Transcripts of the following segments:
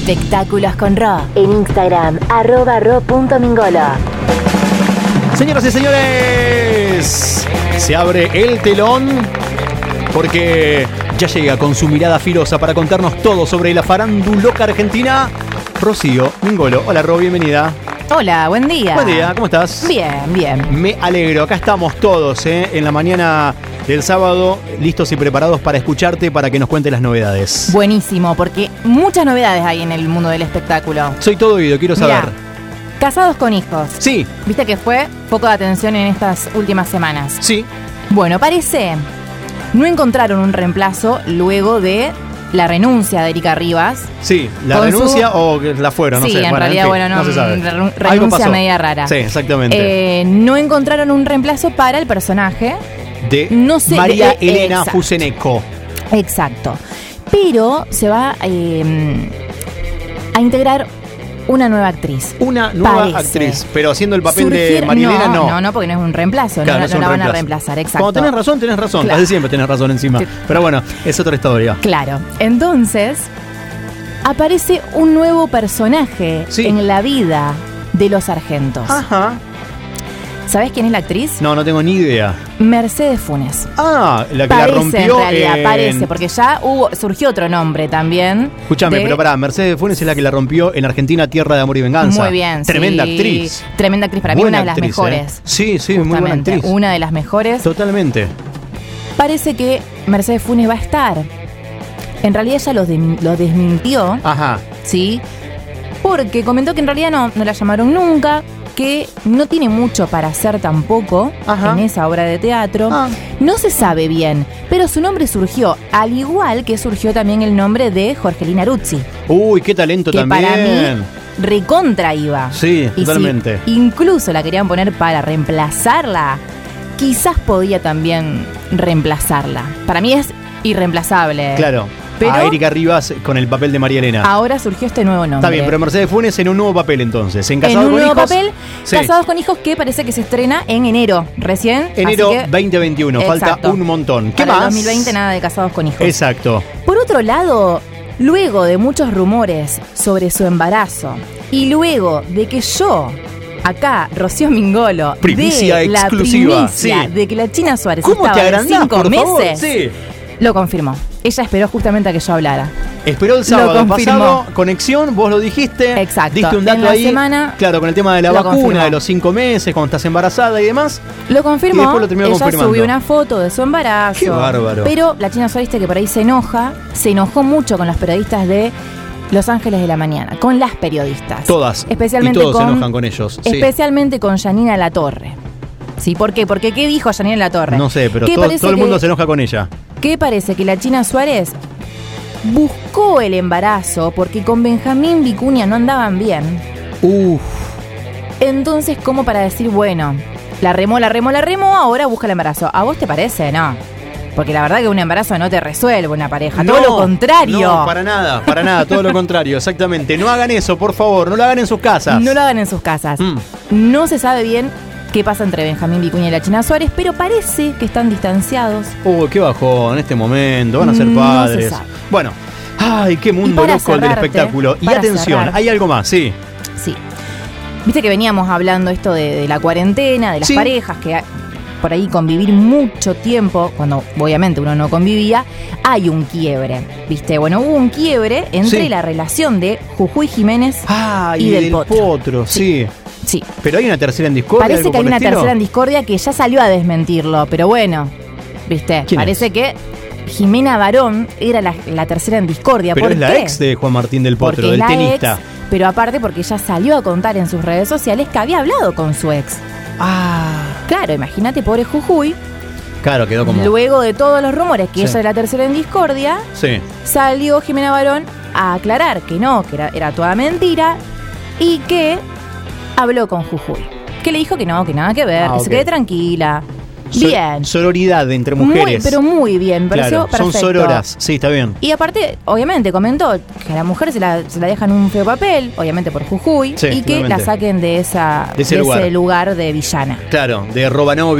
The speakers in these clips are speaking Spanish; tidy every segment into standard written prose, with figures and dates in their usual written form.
Espectáculos con Ro. En Instagram, @ro.mingolo. Señoras y señores, se abre el telón porque ya llega con su mirada filosa para contarnos todo sobre la faranduloca argentina, Rocío Mingolo. Hola, Ro, bienvenida. Hola, buen día. Buen día, ¿cómo estás? Bien, bien. Me alegro, acá estamos todos, en la mañana del sábado, listos y preparados para escucharte, para que nos cuentes las novedades. Buenísimo, porque muchas novedades hay en el mundo del espectáculo. Soy todo oído, quiero saber. Mirá, casados con hijos. Sí. Viste que fue foco de atención en estas últimas semanas. Sí. Bueno, parece no encontraron un reemplazo luego de la renuncia de Erika Rivas. Sí, la Con renuncia o que la fueron, no sí, sé. en realidad, no se sabe. renuncia media rara. Sí, exactamente. No encontraron un reemplazo para el personaje De no sé, María Elena exacto. Fuseneco. Exacto. Pero se va a integrar una nueva actriz. Una nueva Parece. actriz, pero haciendo el papel de María Elena, no. No, porque no es un reemplazo, Claro, no es un la van a reemplazo. reemplazar, exacto. Cuando tenés razón, Claro. casi siempre tenés razón encima. Sí. Pero bueno, es otra historia. Claro. Entonces, aparece un nuevo personaje Sí. en la vida de los sargentos. Ajá. ¿Sabés quién es la actriz? No tengo ni idea. Mercedes Funes. Ah, la que Parece, la rompió en realidad, en... parece, porque ya surgió otro nombre también. Escúchame, pero pará, Mercedes Funes es la que la rompió en Argentina, Tierra de Amor y Venganza. Muy bien, Tremenda sí. actriz. Tremenda actriz, para mí Buena una de las actriz, mejores. Sí, muy buena Justamente, actriz. una de las mejores. Totalmente. Parece que Mercedes Funes va a estar. En realidad ella lo desmintió, Ajá. ¿sí? Porque comentó que en realidad no la llamaron nunca, que no tiene mucho para hacer tampoco. Ajá. En esa obra de teatro. Ah. No se sabe bien, pero su nombre surgió, al igual que surgió también el nombre de Jorgelina Ruzzi, Uy, qué talento que también. para mí recontra iba. Sí, Y totalmente. si incluso la querían poner para reemplazarla, quizás podía también reemplazarla. Para mí es irreemplazable. Claro. Pero a Erika Rivas con el papel de María Elena. ahora surgió este nuevo nombre. Está bien, pero Mercedes Funes en un nuevo papel entonces. En en Casados un con nuevo Hijos. papel, Sí. Casados con Hijos, que parece que se estrena en enero, recién. Enero así que, 2021. Falta exacto. un montón. ¿Qué para más? el 2020 nada de Casados con Hijos. Exacto. Por otro lado, luego de muchos rumores sobre su embarazo y luego de que yo, acá, Rocío Mingolo, Primicia de la exclusiva, primicia sí. de que la China Suárez ¿Cómo estaba te de agrandás, 5 por favor? meses, Sí. lo confirmó. Ella esperó justamente a que yo hablara. Esperó el Lo sábado confirmó. pasado, conexión, vos lo dijiste. Exacto. Diste un dato En la ahí. semana Claro, con el tema de la lo vacuna, confirmó. de los 5 meses, cuando estás embarazada y demás. Lo confirmó. Y después lo terminó Ella confirmando. subió una foto de su embarazo. Qué bárbaro. Pero la China Suárez, que por ahí se enojó mucho con los periodistas de Los Ángeles de la Mañana, con las periodistas. Todas. Especialmente y todos con, se enojan con ellos. Sí. Especialmente con Yanina Latorre. ¿Sí? ¿Por qué? Porque ¿qué dijo Yanina Latorre? No sé, pero Que todo parece el mundo que- se enoja con ella. ¿Qué parece? Que la China Suárez buscó el embarazo porque con Benjamín Vicuña no andaban bien. Uf. Entonces, como para decir, bueno, la remó, ahora busca el embarazo. ¿A vos te parece? No. Porque la verdad que un embarazo no te resuelve una pareja. Todo lo contrario. No, para nada, todo lo contrario, exactamente. No hagan eso, por favor, no lo hagan en sus casas. No lo hagan en sus casas. No se sabe bien qué pasa entre Benjamín Vicuña y la China Suárez, pero parece que están distanciados. Uy, qué bajón en este momento, van a ser No se padres. sabe. Bueno, ay, qué mundo para loco el del cerrarte, espectáculo. Y para atención, cerrar. hay algo más, sí. Sí. Viste que veníamos hablando esto de la cuarentena, de las Sí. parejas, que por ahí convivir mucho tiempo, cuando obviamente uno no convivía, hay un quiebre, ¿viste? Bueno, hubo un quiebre entre Sí. la relación de Jujuy Jiménez Ay, y del Potro. sí. Sí. Pero hay una tercera en discordia. Parece algo que hay por el una estilo. tercera en discordia que ya salió a desmentirlo, pero bueno, ¿viste? ¿Quién Parece es? que Jimena Barón era la tercera en discordia. Pero ¿Por es la qué? ex de Juan Martín del Potro, Porque del es la tenista. ex, pero aparte porque ella salió a contar en sus redes sociales que había hablado con su ex. Claro, imagínate, pobre Jujuy. Claro, quedó como. Luego de todos los rumores que Sí. ella era la tercera en discordia, Sí. salió Jimena Barón a aclarar que no, que era toda mentira y que habló con Jujuy. Que le dijo que no, que nada que ver, que ok. se quede tranquila. So- Bien. Sororidad entre mujeres. Pero muy bien, me pareció Claro, son perfecto. sororas. Sí, está bien. Y aparte, obviamente, comentó que a la mujer se la dejan un feo papel, obviamente por Jujuy, Sí, y que claramente. la saquen de ese lugar de villana. Claro, de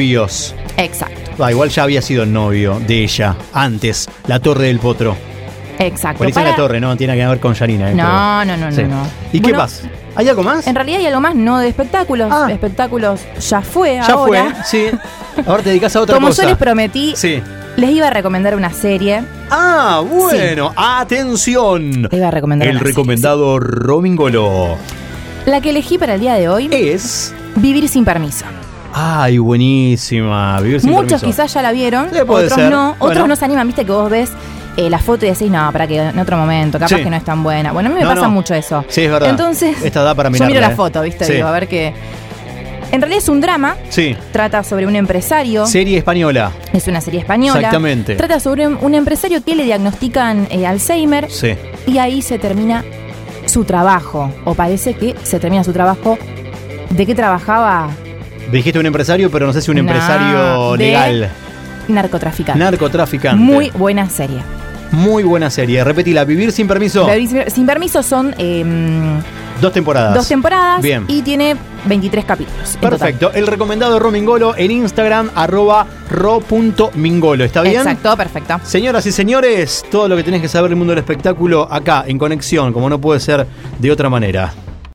robanovios. Exacto. Igual ya había sido novio de ella antes, la Torre del Potro. Exacto. Por La Torre, no tiene que ver con Yanina. No. Sí. ¿Y qué pasa? ¿Hay algo más? En realidad hay algo más, no de espectáculos. Espectáculos ya fue ahora. Ya fue, sí. Ahora te dedicas a otra Como cosa. yo les prometí, les iba a recomendar una serie. Bueno. Atención. Les iba a recomendar el recomendado Romingolo. La que elegí para el día de hoy es Vivir sin permiso. Ay, buenísima. Vivir sin Muchos permiso. quizás ya la vieron, puede otros ser. no. Bueno. Otros no se animan, viste que vos ves la foto y decís, no, para que en otro momento, capaz que no es tan buena. Bueno, a mí me pasa mucho eso. Sí, es verdad. Entonces, esta da para mirarla, yo miro la foto, viste, digo, a ver qué. En realidad es un drama. Sí. Trata sobre un empresario. Serie española. Es una serie española. Exactamente. Trata sobre un empresario que le diagnostican Alzheimer. Sí. Y ahí se termina su trabajo. O parece que se termina su trabajo. ¿De qué trabajaba? Dijiste un empresario, pero no sé si un empresario legal. Narcotraficante. Narcotraficante. Muy buena serie. Muy buena serie. Repetila, Vivir sin permiso. Vivir sin permiso son 2 temporadas. 2 temporadas. Bien. Y tiene 23 capítulos. Perfecto. El recomendado Romingolo en Instagram, @ro.mingolo. ¿Está bien? Exacto, perfecto. Señoras y señores, todo lo que tenés que saber del mundo del espectáculo acá, en Conexión, como no puede ser de otra manera.